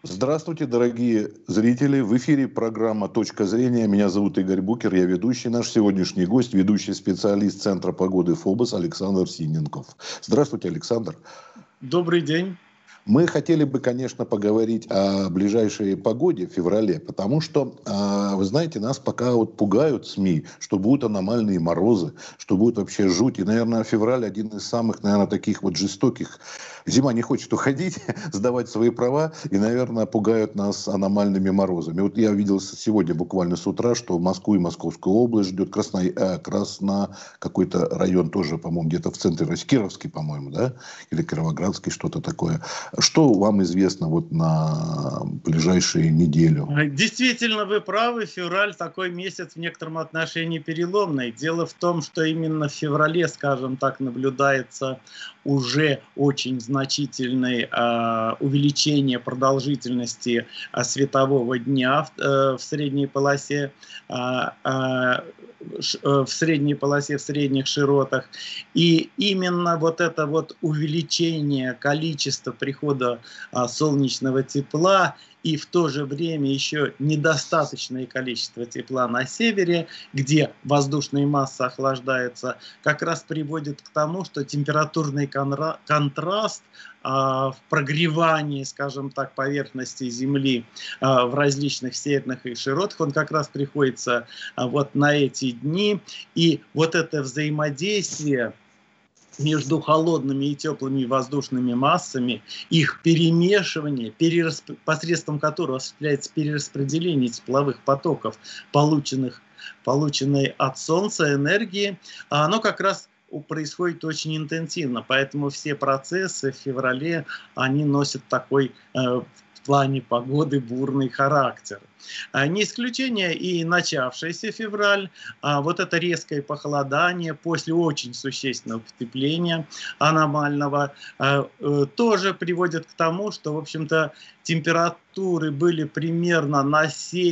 Здравствуйте, дорогие зрители. В эфире программа «Точка зрения». Меня зовут Игорь Букер, я ведущий. Наш сегодняшний гость, ведущий специалист Центра погоды ФОБОС Александр Синенков. Здравствуйте, Александр. Добрый день. Мы хотели бы, конечно, поговорить о ближайшей погоде в феврале, потому что, вы знаете, нас пока вот пугают СМИ, что будут аномальные морозы, что будет вообще жуть. И, наверное, февраль один из самых, наверное, таких вот жестоких. Зима не хочет уходить, сдавать свои права, и, наверное, пугают нас аномальными морозами. Вот я видел сегодня буквально с утра, что Москву и Московскую область ждет какой-то район тоже, по-моему, где-то в центре России, Кировский, по-моему, да, или Кировоградский, что-то такое. Что вам известно вот на ближайшую неделю? Действительно, вы правы, февраль такой месяц в некотором отношении переломный. Дело в том, что именно в феврале, скажем так, наблюдается уже очень значительное увеличение продолжительности светового дня в средней полосе, в средних широтах. И именно вот это вот увеличение количества прихода солнечного тепла и в то же время еще недостаточное количество тепла на севере, где воздушная масса охлаждается, как раз приводит к тому, что температурный контраст в прогревании, скажем так, поверхности Земли в различных северных и широтах, он как раз приходится вот на эти дни. И вот это взаимодействие между холодными и теплыми воздушными массами, их перемешивание, посредством которого осуществляется перераспределение тепловых потоков, полученной от Солнца энергии, оно как раз происходит очень интенсивно. Поэтому все процессы в феврале, они носят такой в плане погоды бурный характер. Не исключение и начавшийся февраль, вот это резкое похолодание после очень существенного потепления аномального тоже приводит к тому, что, в общем-то, температуры были примерно на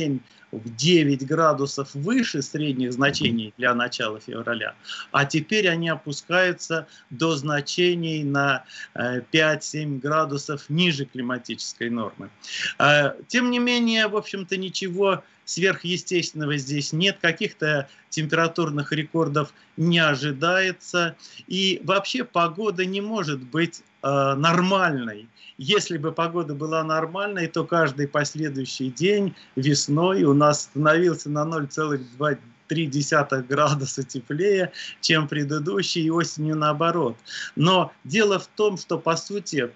7-9 градусов выше средних значений для начала февраля, а теперь они опускаются до значений на 5-7 градусов ниже климатической нормы. Тем не менее, в общем-то, ничего сверхъестественного здесь нет, каких-то температурных рекордов не ожидается, и вообще погода не может быть нормальной. Если бы погода была нормальной, то каждый последующий день весной у нас становился на 0,3 градуса теплее, чем предыдущий, и осенью наоборот. Но дело в том, что, по сути,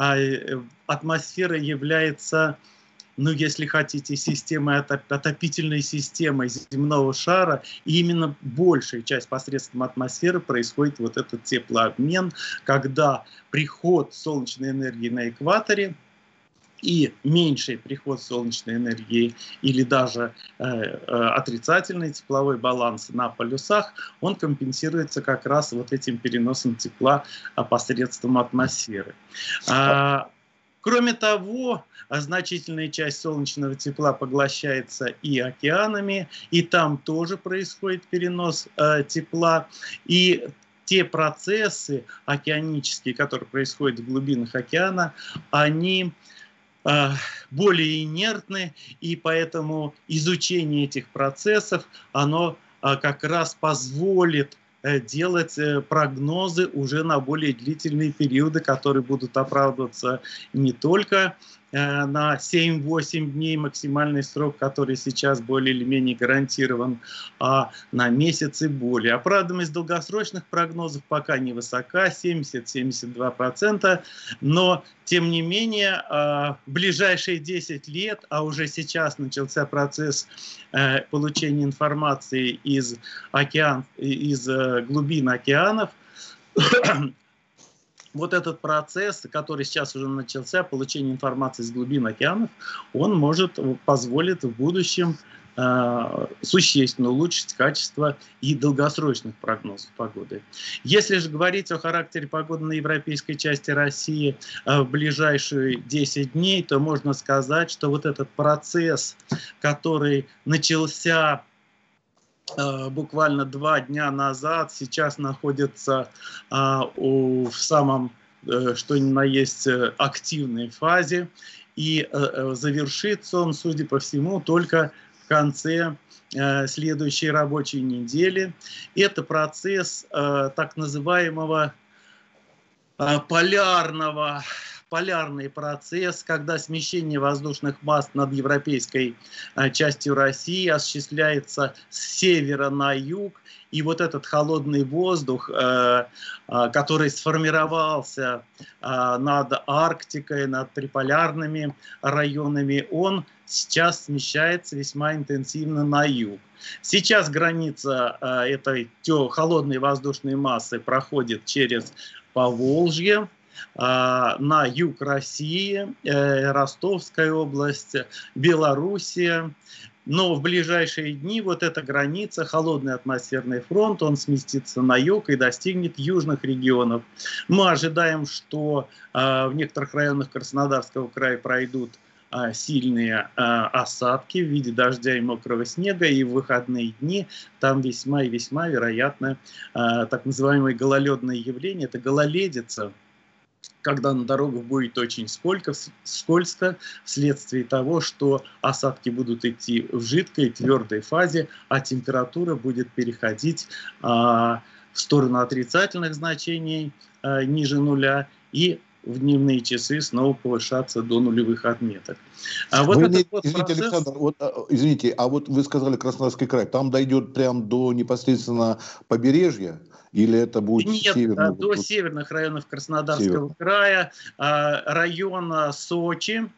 атмосфера является, ну, если хотите, отопительной системой земного шара, и именно большая часть посредством атмосферы происходит вот этот теплообмен, когда приход солнечной энергии на экваторе и меньший приход солнечной энергии или даже отрицательный тепловой баланс на полюсах, он компенсируется как раз вот этим переносом тепла посредством атмосферы. Кроме того, значительная часть солнечного тепла поглощается и океанами, и там тоже происходит перенос тепла. И те процессы океанические, которые происходят в глубинах океана, они более инертны, и поэтому изучение этих процессов, оно как раз позволит делать прогнозы уже на более длительные периоды, которые будут оправдываться не только на 7-8 дней, максимальный срок, который сейчас более или менее гарантирован, а на месяц и более. Оправданность долгосрочных прогнозов пока невысока, 70-72%, но тем не менее в ближайшие 10 лет, а уже сейчас начался процесс получения информации из глубин океанов, вот этот процесс, который сейчас уже начался, получение информации из глубин океанов, он позволит в будущем существенно улучшить качество и долгосрочных прогнозов погоды. Если же говорить о характере погоды на европейской части России в ближайшие 10 дней, то можно сказать, что вот этот процесс, который начался буквально 2 дня назад, сейчас находится в самом, что ни на есть, активной фазе. и завершится он, судя по всему, только в конце следующей рабочей недели. Это процесс так называемого полярный процесс, когда смещение воздушных масс над европейской частью России осуществляется с севера на юг, и вот этот холодный воздух, который сформировался над Арктикой, над приполярными районами, он сейчас смещается весьма интенсивно на юг. Сейчас граница этой холодной воздушной массы проходит через Поволжье, на юг России, Ростовская область, Белоруссия. Но в ближайшие дни вот эта граница, холодный атмосферный фронт, он сместится на юг и достигнет южных регионов. Мы ожидаем, что в некоторых районах Краснодарского края пройдут сильные осадки в виде дождя и мокрого снега, и в выходные дни там весьма и весьма вероятно так называемое гололедное явление, это гололедица, когда на дорогах будет очень скользко вследствие того, что осадки будут идти в жидкой, твердой фазе, а температура будет переходить в сторону отрицательных значений ниже нуля и в дневные часы снова повышаться до нулевых отметок. Извините, а вот вы сказали Краснодарский край, там дойдет прям до непосредственно побережья? Или это будет северных? До северных районов Краснодарского края, район Сочи,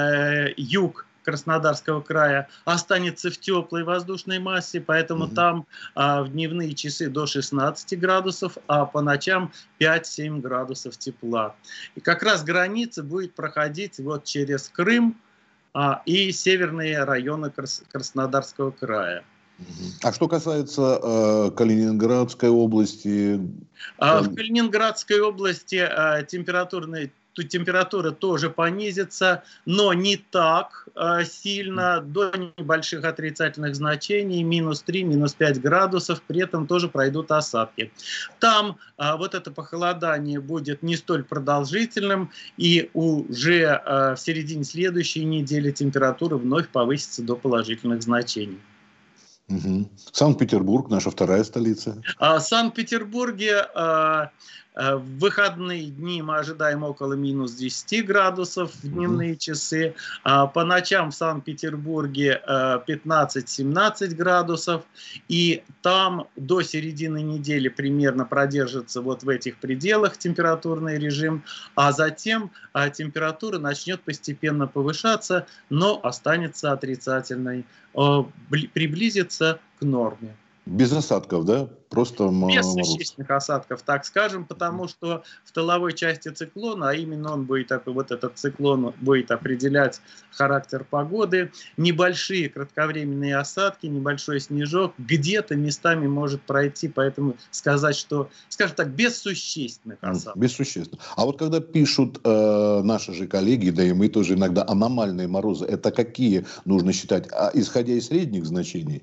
юг Краснодарского края останется в теплой воздушной массе, поэтому там в дневные часы до 16 градусов, а по ночам 5-7 градусов тепла. И как раз граница будет проходить вот через Крым и северные районы Краснодарского края. А что касается Калининградской области? В Калининградской области температура тоже понизится, но не так сильно, до небольших отрицательных значений, -3, -5 градусов, при этом тоже пройдут осадки. Там вот это похолодание будет не столь продолжительным, и уже в середине следующей недели температура вновь повысится до положительных значений. Санкт-Петербург, наша вторая столица. В Санкт-Петербурге в выходные дни мы ожидаем около -10 градусов в дневные часы. По ночам в Санкт-Петербурге 15-17 градусов. И там до середины недели примерно продержится вот в этих пределах температурный режим. А затем температура начнет постепенно повышаться, но останется отрицательной. Приблизится к норме. Без осадков, да? Просто без существенных осадков, так скажем, потому что в тыловой части циклона, а именно он будет такой, вот этот циклон будет определять характер погоды, небольшие кратковременные осадки, небольшой снежок где-то местами может пройти, поэтому сказать, что, скажем так, без существенных осадков. Без существенных. А вот когда пишут наши же коллеги, да и мы тоже иногда, аномальные морозы, это какие нужно считать, исходя из средних значений?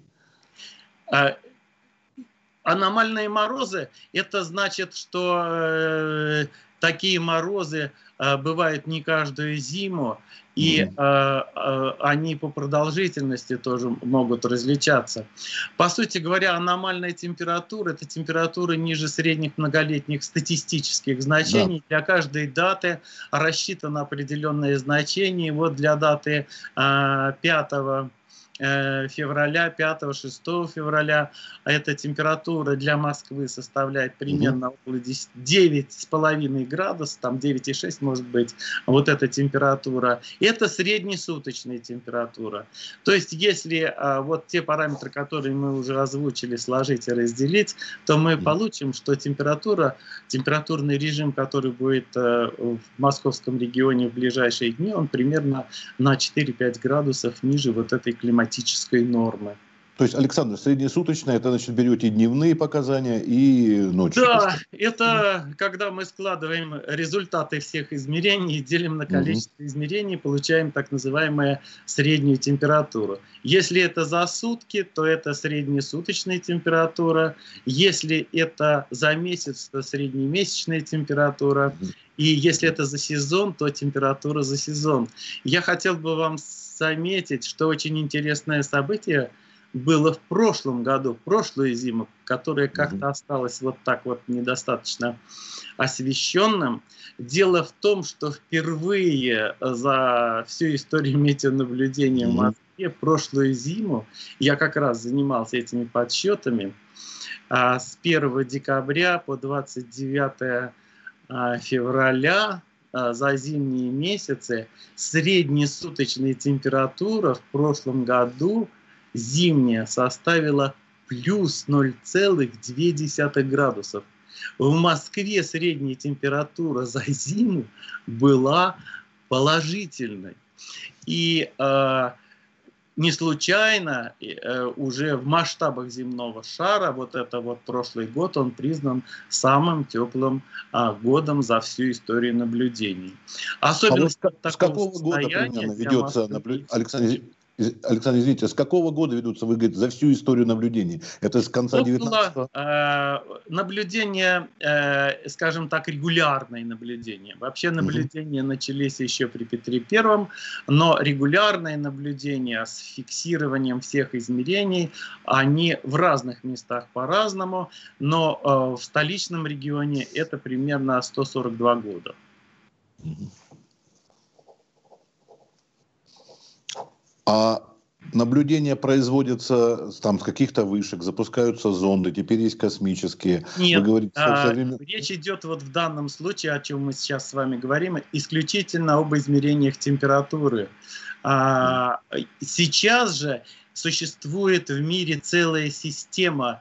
Аномальные морозы, это значит, что такие морозы бывают не каждую зиму, и они по продолжительности тоже могут различаться. По сути говоря, аномальная температура – это температура ниже средних многолетних статистических значений. Да. Для каждой даты рассчитано определенное значение. Вот для даты 5 февраля, 5-6 февраля, эта температура для Москвы составляет примерно около 9,5 градусов, там 9,6 может быть, вот эта температура. Это среднесуточная температура. То есть, если вот те параметры, которые мы уже озвучили, сложить и разделить, то мы получим, что температурный режим, который будет в московском регионе в ближайшие дни, он примерно на 4-5 градусов ниже вот этой климатической нормы. То есть, Александр, среднесуточно, это значит берете дневные показания и ночью? Да, это когда мы складываем результаты всех измерений, делим на количество измерений, получаем так называемую среднюю температуру. Если это за сутки, то это среднесуточная температура. Если это за месяц, то среднемесячная температура. И если это за сезон, то температура за сезон. Я хотел бы вам заметить, что очень интересное событие было в прошлом году, в прошлую зиму, которая как-то осталась вот так вот недостаточно освещенным. Дело в том, что впервые за всю историю метеонаблюдения в Москве прошлую зиму я как раз занимался этими подсчетами. С 1 декабря по 29 февраля за зимние месяцы среднесуточная температура в прошлом году зимняя составила плюс 0,2 градусов. В Москве средняя температура за зиму была положительной. И не случайно уже в масштабах земного шара вот это вот прошлый год он признан самым теплым годом за всю историю наблюдений. Особенно с какого года примерно ведется наблюдение? Александр, извините, с какого года ведутся, вы говорите, за всю историю наблюдений? Это с конца 19-го? Наблюдения, скажем так, регулярные наблюдения. Вообще наблюдения начались еще при Петре Первом, но регулярные наблюдения с фиксированием всех измерений, они в разных местах по-разному, но в столичном регионе это примерно 142 года. А наблюдения производятся там с каких-то вышек, запускаются зонды, теперь есть космические. Нет, речь идет вот в данном случае, о чем мы сейчас с вами говорим, исключительно об измерениях температуры. Сейчас же существует в мире целая система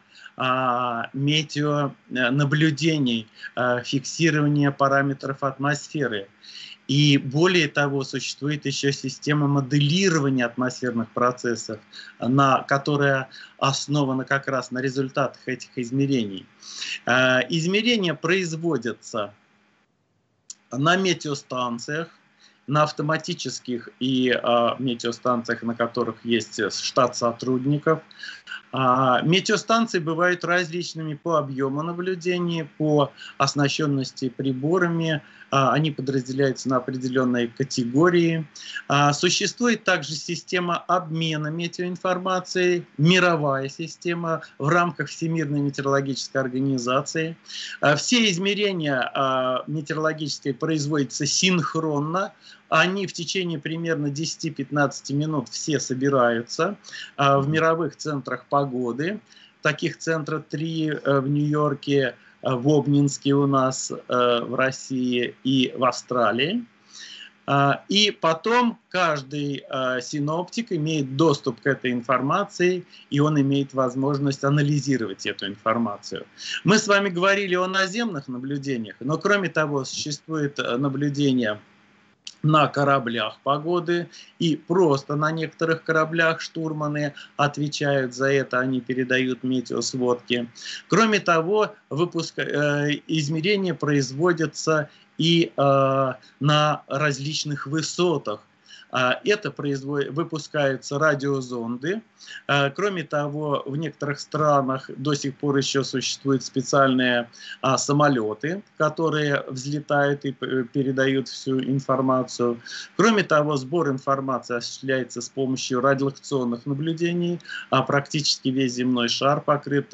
метеонаблюдений, фиксирования параметров атмосферы. И более того, существует еще система моделирования атмосферных процессов, которая основана как раз на результатах этих измерений. Измерения производятся на метеостанциях, на автоматических и метеостанциях, на которых есть штат сотрудников. Метеостанции бывают различными по объему наблюдений, по оснащенности приборами. Они подразделяются на определенные категории. Существует также система обмена метеоинформацией, мировая система в рамках Всемирной метеорологической организации. Все измерения метеорологические производятся синхронно. Они в течение примерно 10-15 минут все собираются в мировых центрах погоды. Таких центров 3 в Нью-Йорке, в Обнинске у нас в России и в Австралии. И потом каждый синоптик имеет доступ к этой информации, и он имеет возможность анализировать эту информацию. Мы с вами говорили о наземных наблюдениях, но кроме того существует наблюдение на кораблях погоды, и просто на некоторых кораблях штурманы отвечают за это, они передают метеосводки. Кроме того, измерения производятся и на различных высотах. Это выпускаются радиозонды. Кроме того, в некоторых странах до сих пор еще существуют специальные самолеты, которые взлетают и передают всю информацию. Кроме того, сбор информации осуществляется с помощью радиолокационных наблюдений. Практически весь земной шар покрыт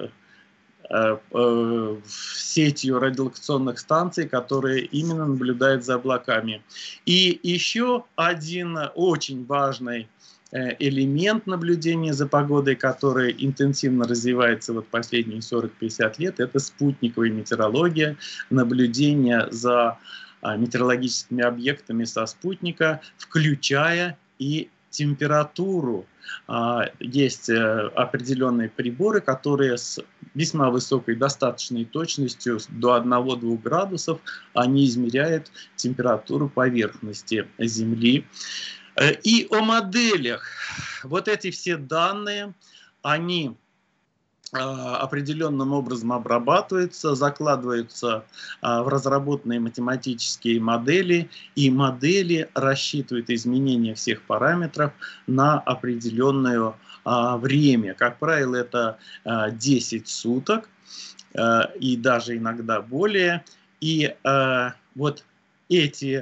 сетью радиолокационных станций, которые именно наблюдают за облаками. И еще один очень важный элемент наблюдения за погодой, который интенсивно развивается вот последние 40-50 лет, это спутниковая метеорология, наблюдение за метеорологическими объектами со спутника, включая и температуру. Есть определенные приборы, которые с весьма высокой достаточной точностью до 1-2 градусов они измеряют температуру поверхности Земли. И о моделях. Вот эти все данные, они определенным образом обрабатываются, закладываются в разработанные математические модели, и модели рассчитывают изменения всех параметров на определенное время. Как правило, это 10 суток и даже иногда более. И вот эти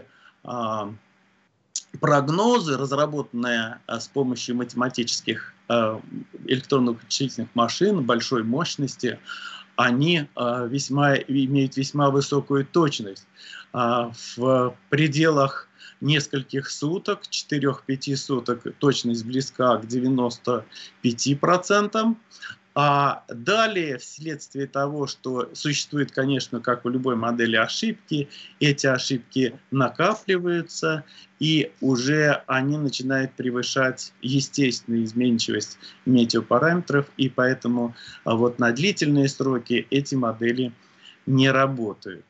прогнозы, разработанные с помощью математических электронно-вычислительных машин большой мощности, они имеют весьма высокую точность. В пределах нескольких суток, 4-5 суток, точность близка к 95%. А далее, вследствие того, что существует, конечно, как у любой модели, ошибки, эти ошибки накапливаются, и уже они начинают превышать естественную изменчивость метеопараметров, и поэтому вот на длительные сроки эти модели не работают.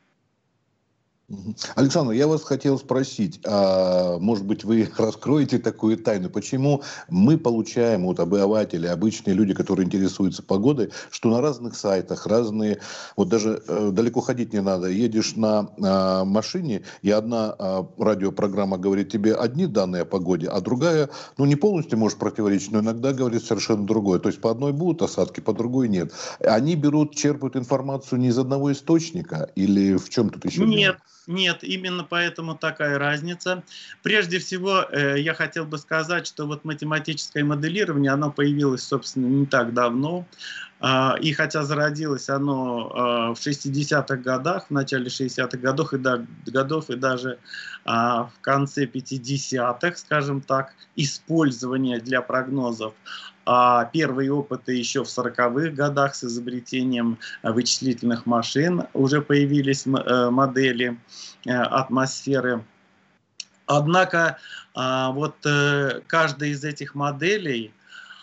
Александр, я вас хотел спросить, может быть, вы раскроете такую тайну, почему мы получаем, вот обыватели, обычные люди, которые интересуются погодой, что на разных сайтах, разные, вот даже далеко ходить не надо, едешь на машине, и одна радиопрограмма говорит тебе одни данные о погоде, а другая, ну, не полностью может противоречить, но иногда говорит совершенно другое. То есть по одной будут осадки, по другой нет. Они черпают информацию не из одного источника, или в чем тут еще дело? Нет, именно поэтому такая разница. Прежде всего, я хотел бы сказать, что вот математическое моделирование, оно появилось, собственно, не так давно. И хотя зародилось оно в 60-х годах, в начале 60-х годов, и даже в конце 50-х, скажем так, использование для прогнозов. А первые опыты еще в 40-х годах с изобретением вычислительных машин уже появились модели атмосферы. Однако вот каждая из этих моделей,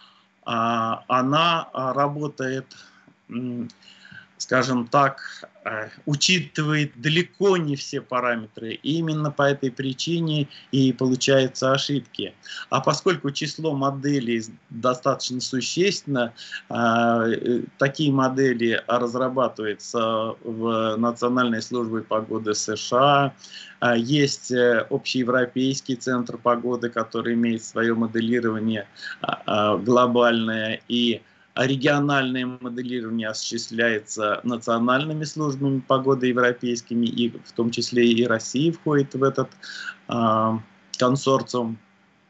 она работает, скажем так, учитывает далеко не все параметры. И именно по этой причине и получаются ошибки. А поскольку число моделей достаточно существенно, такие модели разрабатываются в Национальной службе погоды США. Есть общеевропейский центр погоды, который имеет свое моделирование глобальное, и региональное моделирование осуществляется национальными службами погоды европейскими, и в том числе и Россия входит в этот консорциум.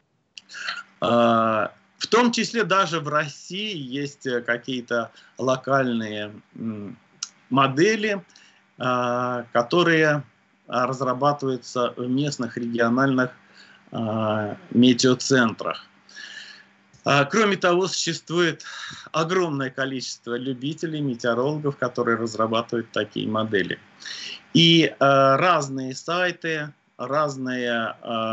В том числе даже в России есть какие-то локальные модели, которые разрабатываются в местных региональных метеоцентрах. Кроме того, существует огромное количество любителей, метеорологов, которые разрабатывают такие модели. И разные сайты, разные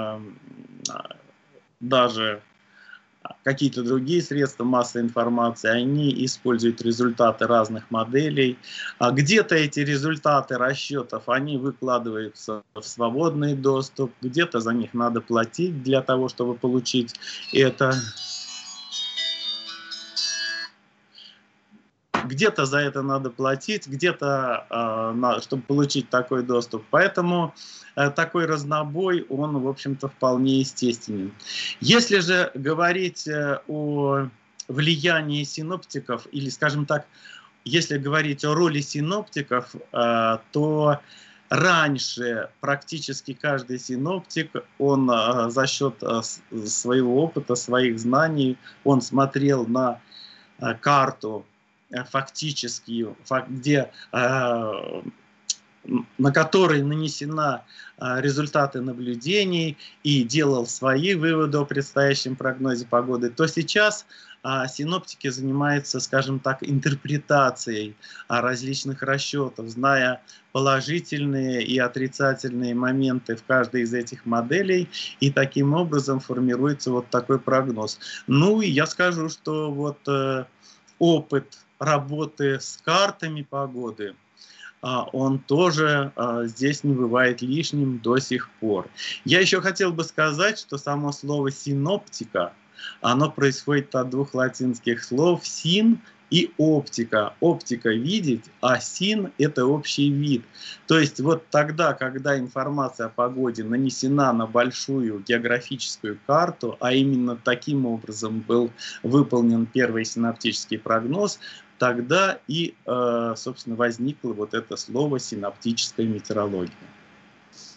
даже какие-то другие средства массовой информации, они используют результаты разных моделей. Где-то эти результаты расчетов, они выкладываются в свободный доступ, где-то за них надо платить для того, чтобы получить это. Где-то за это надо платить, где-то, чтобы получить такой доступ. Поэтому такой разнобой, он, в общем-то, вполне естественен. Если же говорить о влиянии синоптиков, или, скажем так, если говорить о роли синоптиков, то раньше практически каждый синоптик, он за счет своего опыта, своих знаний, он смотрел на карту фактически, где, на которой нанесена результаты наблюдений, и делал свои выводы о предстоящем прогнозе погоды, то сейчас синоптики занимаются, скажем так, интерпретацией различных расчетов, зная положительные и отрицательные моменты в каждой из этих моделей, и таким образом формируется вот такой прогноз. Ну и я скажу, что вот опыт работы с картами погоды, он тоже здесь не бывает лишним до сих пор. Я еще хотел бы сказать, что само слово «синоптика», оно происходит от двух латинских слов «син» и «оптика». Оптика — видеть, а «син» — это общий вид. То есть вот тогда, когда информация о погоде нанесена на большую географическую карту, а именно таким образом был выполнен первый синоптический прогноз, тогда и, собственно, возникло вот это слово «синоптическая метеорология».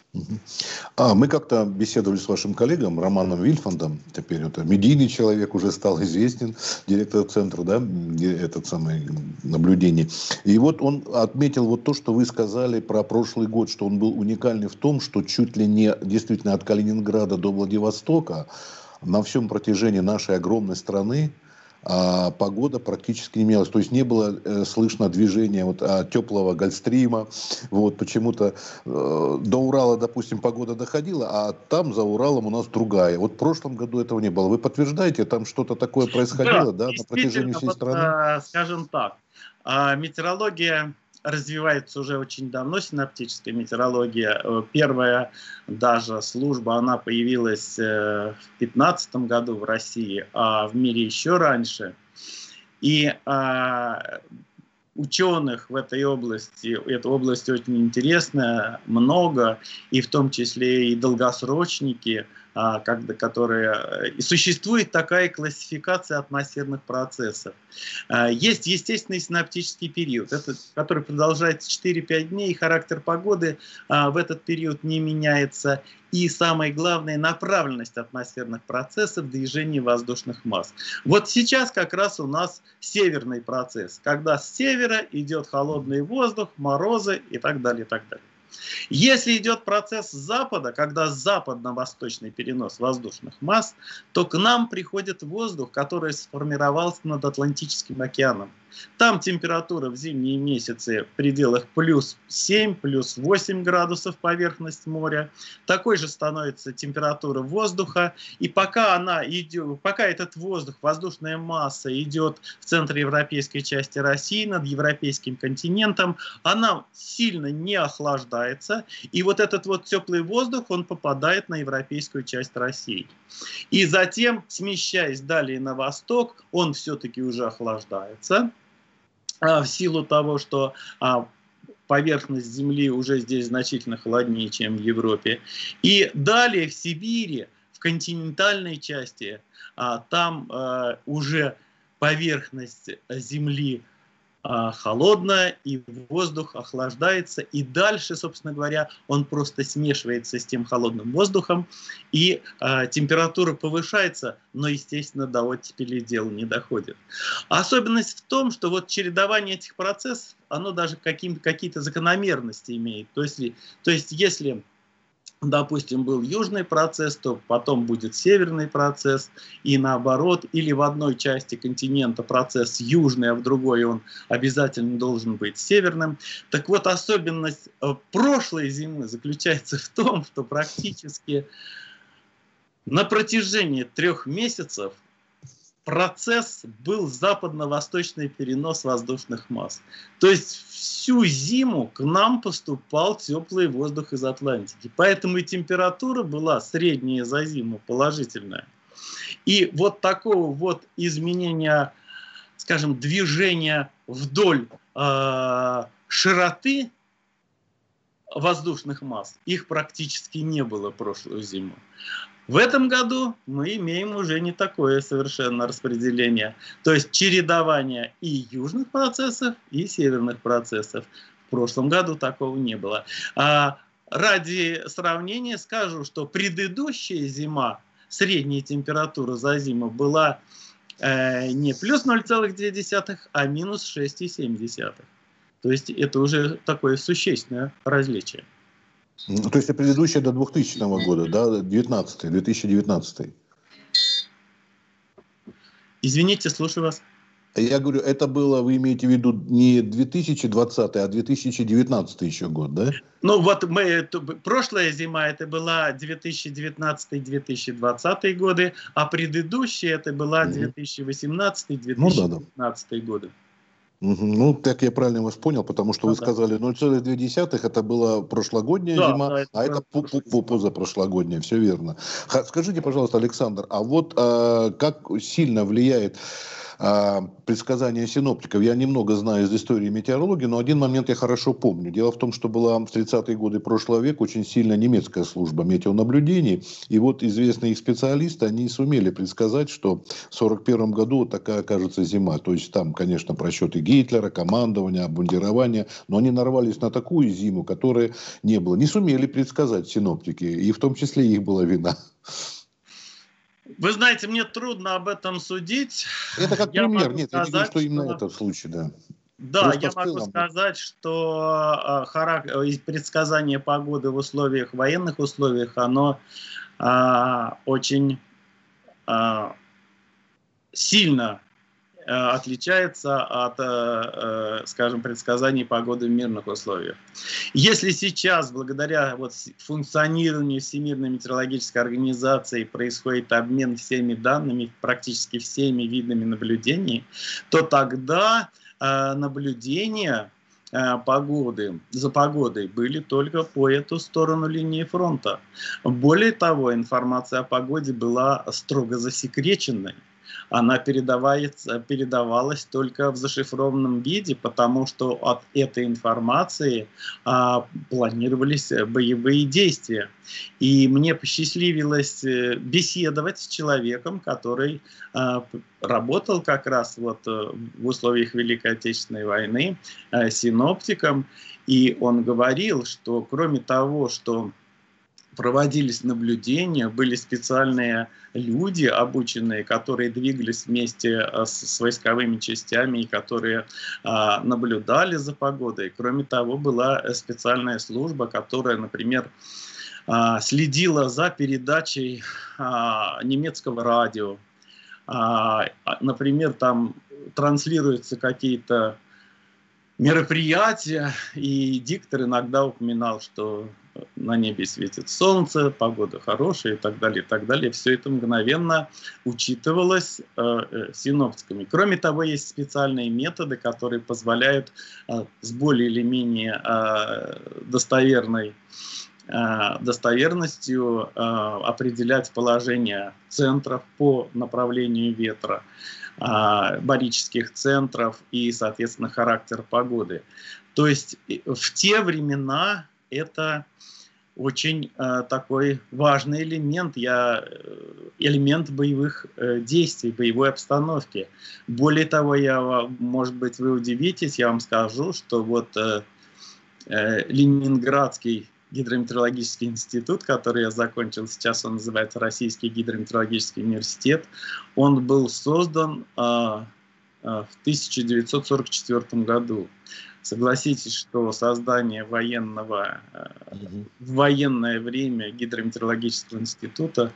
Мгм. Мы как-то беседовали с вашим коллегом Романом Вильфандом, теперь это медийный человек, уже стал известен, директор центра, да, этот самый наблюдений. И вот он отметил вот то, что вы сказали про прошлый год, что он был уникальный в том, что чуть ли не действительно от Калининграда до Владивостока на всем протяжении нашей огромной страны погода практически не менялась. То есть не было слышно движения теплого Гольфстрима. Вот почему-то до Урала, допустим, погода доходила, а там за Уралом у нас другая. Вот в прошлом году этого не было. Вы подтверждаете, там что-то такое происходило, да, на протяжении всей страны? Скажем так, метеорология развивается уже очень давно, синоптическая метеорология. Первая даже служба, она появилась в 2015 году в России, а в мире еще раньше. И ученых в этой области, эта область очень интересная, много, и в том числе и долгосрочники, которые... И существует такая классификация атмосферных процессов. Есть естественный синаптический период, который продолжается 4-5 дней, и характер погоды в этот период не меняется. И самое главное, направленность атмосферных процессов в движении воздушных масс. Вот сейчас как раз у нас северный процесс, когда с севера идет холодный воздух, морозы и так далее, и так далее. Если идет процесс с запада, когда западно-восточный перенос воздушных масс, то к нам приходит воздух, который сформировался над Атлантическим океаном. Там температура в зимние месяцы в пределах плюс 7, плюс 8 градусов поверхность моря. Такой же становится температура воздуха. И пока этот воздух, воздушная масса идет в центроевропейской части России, над европейским континентом, она сильно не охлаждается. И вот этот вот теплый воздух, он попадает на европейскую часть России. И затем, смещаясь далее на восток, он все-таки уже охлаждается. В силу того, что поверхность Земли уже здесь значительно холоднее, чем в Европе. И далее в Сибири, в континентальной части, там уже поверхность Земли холодная, и воздух охлаждается, и дальше, собственно говоря, он просто смешивается с тем холодным воздухом, и температура повышается, но, естественно, до оттепели дело не доходит. Особенность в том, что вот чередование этих процессов, оно даже какие-то закономерности имеет. То есть если, допустим, был южный процесс, то потом будет северный процесс, и наоборот, или в одной части континента процесс южный, а в другой он обязательно должен быть северным. Так вот, особенность прошлой зимы заключается в том, что практически на протяжении 3 месяцев процесс был западно-восточный перенос воздушных масс. То есть всю зиму к нам поступал теплый воздух из Атлантики. Поэтому и температура была средняя за зиму положительная. И вот такого вот изменения, скажем, движения вдоль широты воздушных масс, их практически не было прошлую зиму. В этом году мы имеем уже не такое совершенно распределение. То есть чередование и южных процессов, и северных процессов. В прошлом году такого не было. Ради сравнения скажу, что предыдущая зима, средняя температура за зиму была не плюс 0,2, а минус 6,7. То есть это уже такое существенное различие. То есть предыдущая до 2000 года, да, 2019. Извините, слушаю вас. Я говорю, это было, вы имеете в виду не 2020, а 2019 еще год, да? Ну вот прошлая зима это была 2019-2020 годы, а предыдущая это была 2018-2019 годы. Ну, так я правильно вас понял, потому что вы сказали 0,2 это была прошлогодняя зима, а это позапрошлогодняя, все верно. Скажите, пожалуйста, Александр, а вот как сильно влияет предсказания синоптиков. Я немного знаю из истории метеорологии, но один момент я хорошо помню. Дело в том, что была в 30-е годы прошлого века очень сильно немецкая служба метеонаблюдений, и вот известные их специалисты, они сумели предсказать, что в 1941 году вот такая окажется зима. То есть там, конечно, просчеты Гитлера, командования, обмундирования, но они нарвались на такую зиму, которой не было. Не сумели предсказать синоптики, и в том числе их была вина. Вы знаете, мне трудно об этом судить. Это как Я пример. могу Нет, я не говорю, сказать, что именно что... этот случай, да. Да, Просто я в могу целом. сказать, что предсказание погоды в условиях, военных условиях, оно очень сильно отличается от, скажем, предсказаний погоды в мирных условиях. Если сейчас, благодаря вот функционированию Всемирной метеорологической организации, происходит обмен всеми данными, практически всеми видами наблюдений, то тогда наблюдения погоды, за погодой были только по эту сторону линии фронта. Более того, информация о погоде была строго засекреченной. Она передавалась только в зашифрованном виде, потому что от этой информации планировались боевые действия. И мне посчастливилось беседовать с человеком, который работал как раз вот в условиях Великой Отечественной войны синоптиком, и он говорил, что кроме того, что проводились наблюдения, были специальные люди, обученные, которые двигались вместе с войсковыми частями и которые наблюдали за погодой. Кроме того, была специальная служба, которая, например, следила за передачей немецкого радио. Например, там транслируются какие-то мероприятия, и диктор иногда упоминал, что на небе светит солнце, погода хорошая и так далее, и так далее. Все это мгновенно учитывалось синоптиками. Кроме того, есть специальные методы, которые позволяют с более или менее достоверностью определять положение центров по направлению ветра, барических центров и, соответственно, характер погоды. То есть в те времена это очень такой важный элемент, элемент боевых действий, боевой обстановки. Более того, может быть, вы удивитесь, я вам скажу, что вот Ленинградский гидрометеорологический институт, который я закончил, сейчас он называется Российский гидрометеорологический университет, он был создан в 1944 году. Согласитесь, что создание военного в военное время гидрометеорологического института...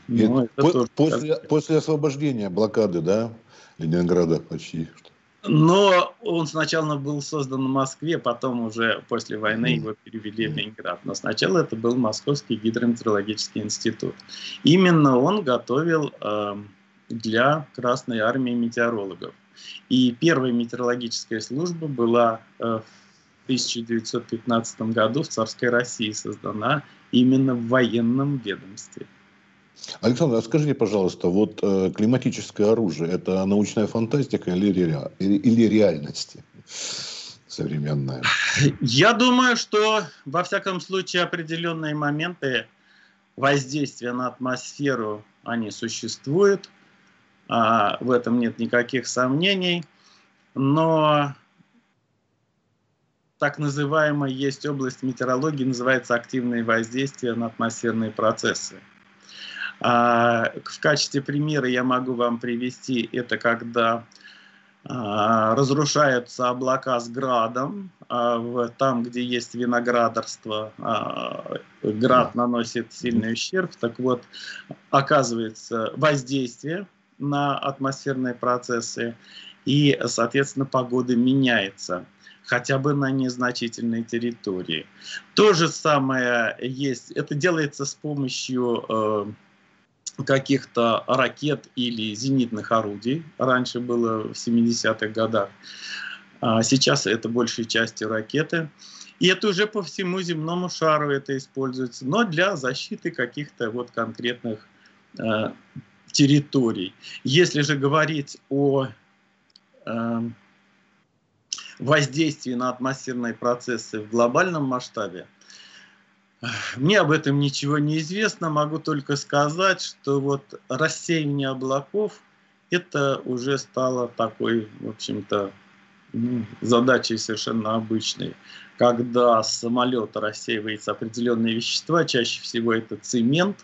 После освобождения блокады, да, Ленинграда почти. Но он сначала был создан в Москве, потом уже после войны его перевели в Ленинград. Но сначала это был Московский гидрометеорологический институт. Именно он готовил для Красной армии метеорологов. И первая метеорологическая служба была в 1915 году в царской России создана именно в военном ведомстве. Александр, а скажите, пожалуйста, вот климатическое оружие – это научная фантастика или реальность современная? Я думаю, что во всяком случае определенные моменты воздействия на атмосферу, они существуют. В этом нет никаких сомнений. Но так называемая есть область метеорологии, называется активные воздействия на атмосферные процессы. В качестве примера я могу вам привести, это когда разрушаются облака с градом, там, где есть виноградарство, град наносит сильный ущерб. Так вот, оказывается воздействие на атмосферные процессы, и, соответственно, погода меняется, хотя бы на незначительной территории. То же самое есть, это делается с помощью каких-то ракет или зенитных орудий. Раньше было в 70-х годах. Сейчас это большей частью ракеты. И это уже по всему земному шару это используется, но для защиты каких-то вот конкретных территорий. Если же говорить о воздействие на атмосферные процессы в глобальном масштабе, мне об этом ничего не известно. Могу только сказать, что вот рассеивание облаков это уже стало такой, в общем-то, задачей совершенно обычной. Когда с самолета рассеиваются определенные вещества, чаще всего это цемент,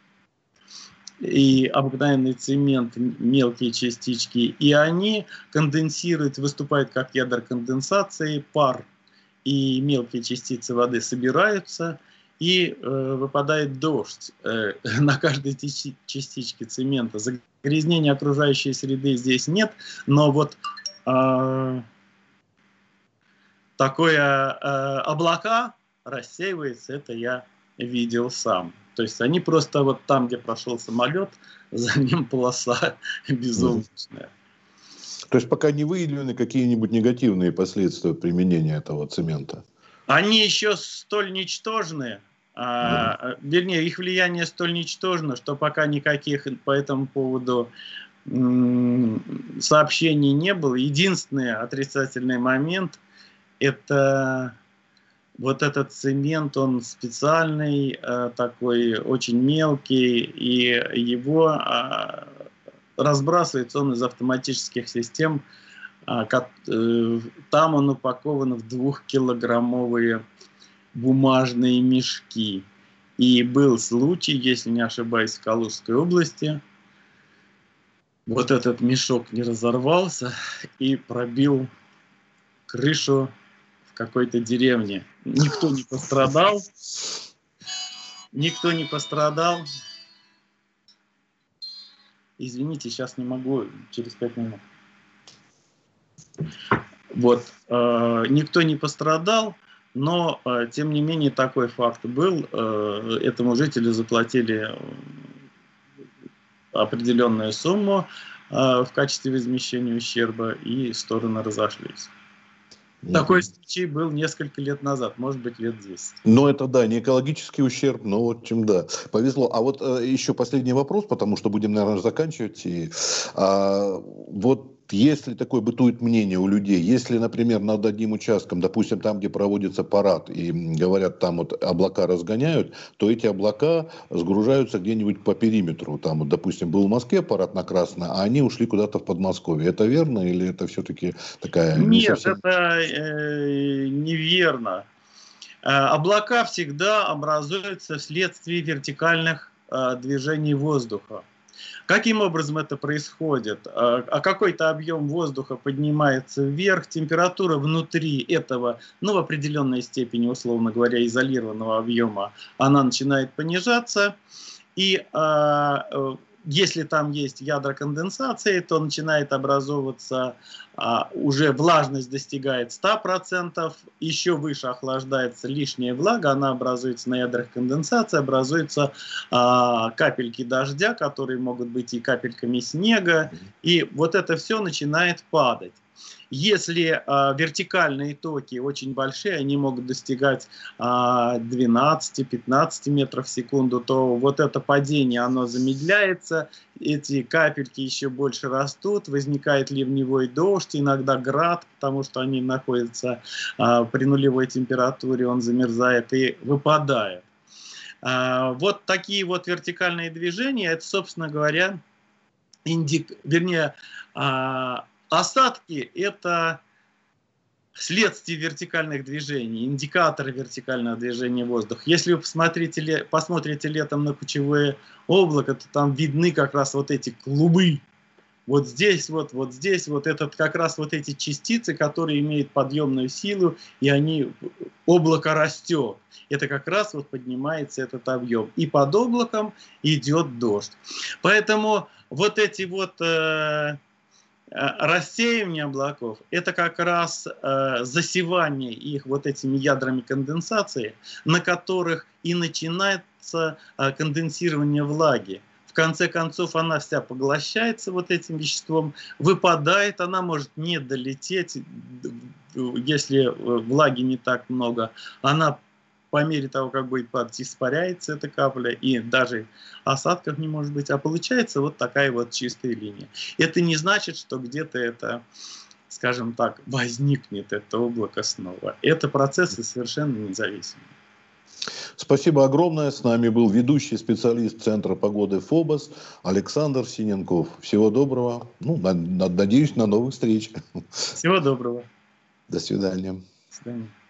и обыкновенный цемент, мелкие частички, и они конденсируют, выступают как ядра конденсации, пар и мелкие частицы воды собираются, и выпадает дождь на каждой частичке цемента. Загрязнения окружающей среды здесь нет, но вот такое облака рассеивается, это я видел сам. То есть они просто вот там, где прошел самолет, за ним полоса безоблачная. То есть пока не выявлены какие-нибудь негативные последствия применения этого цемента? Они еще столь ничтожны, вернее, их влияние столь ничтожно, что пока никаких по этому поводу сообщений не было. Единственный отрицательный момент – это вот этот цемент, он специальный, такой очень мелкий, и его разбрасывается он из автоматических систем. Там он упакован в 2-килограммовые бумажные мешки. И был случай, если не ошибаюсь, в Калужской области, вот этот мешок не разорвался и пробил крышу в какой-то деревне. Никто не пострадал. Никто не пострадал. Извините, сейчас не могу, через 5 минут. Вот, никто не пострадал, но, тем не менее, такой факт был. Этому жителю заплатили определенную сумму в качестве возмещения ущерба, и стороны разошлись. Такой случай был несколько лет назад, может быть, лет 10. Ну, это да, не экологический ущерб, но вот чем да. Повезло. А вот еще последний вопрос, потому что будем, наверное, заканчивать. Вот если такое бытует мнение у людей, если, например, над одним участком, допустим, там, где проводится парад, и говорят, там вот облака разгоняют, то эти облака сгружаются где-нибудь по периметру. Там, вот, допустим, был в Москве парад на Красное, а они ушли куда-то в Подмосковье. Это верно или это все-таки такая... Нет, это неверно. Облака всегда образуются вследствие вертикальных движений воздуха. Каким образом это происходит? Какой-то объем воздуха поднимается вверх, температура внутри этого, ну, в определенной степени, условно говоря, изолированного объема, она начинает понижаться, и если там есть ядра конденсации, то начинает образовываться, уже влажность достигает 100%, еще выше охлаждается лишняя влага, она образуется на ядрах конденсации, образуются капельки дождя, которые могут быть и капельками снега, и вот это все начинает падать. Если вертикальные токи очень большие, они могут достигать 12-15 метров в секунду, то вот это падение, оно замедляется, эти капельки еще больше растут, возникает ливневой дождь, иногда град, потому что они находятся при нулевой температуре, он замерзает и выпадает. Вот такие вот вертикальные движения, это, собственно говоря, осадки – это следствие вертикальных движений, индикаторы вертикального движения воздуха. Если вы посмотрите летом на кучевое облако, то там видны как раз вот эти клубы. Вот здесь, вот здесь, вот этот как раз вот эти частицы, которые имеют подъемную силу, и облако растет. Это как раз вот поднимается этот объем. И под облаком идет дождь. Поэтому вот эти вот рассеивание облаков – это как раз засевание их вот этими ядрами конденсации, на которых и начинается конденсирование влаги. В конце концов, она вся поглощается вот этим веществом, выпадает, она может не долететь, если влаги не так много, она по мере того, как будет падать, испаряется эта капля, и даже осадков не может быть, а получается вот такая вот чистая линия. Это не значит, что где-то это скажем так, возникнет это облако снова. Это процессы совершенно независимые. Спасибо огромное. С нами был ведущий специалист Центра погоды ФОБОС Александр Синенков. Всего доброго. Ну, надеюсь, на новых встреч. Всего доброго. До свидания. До свидания.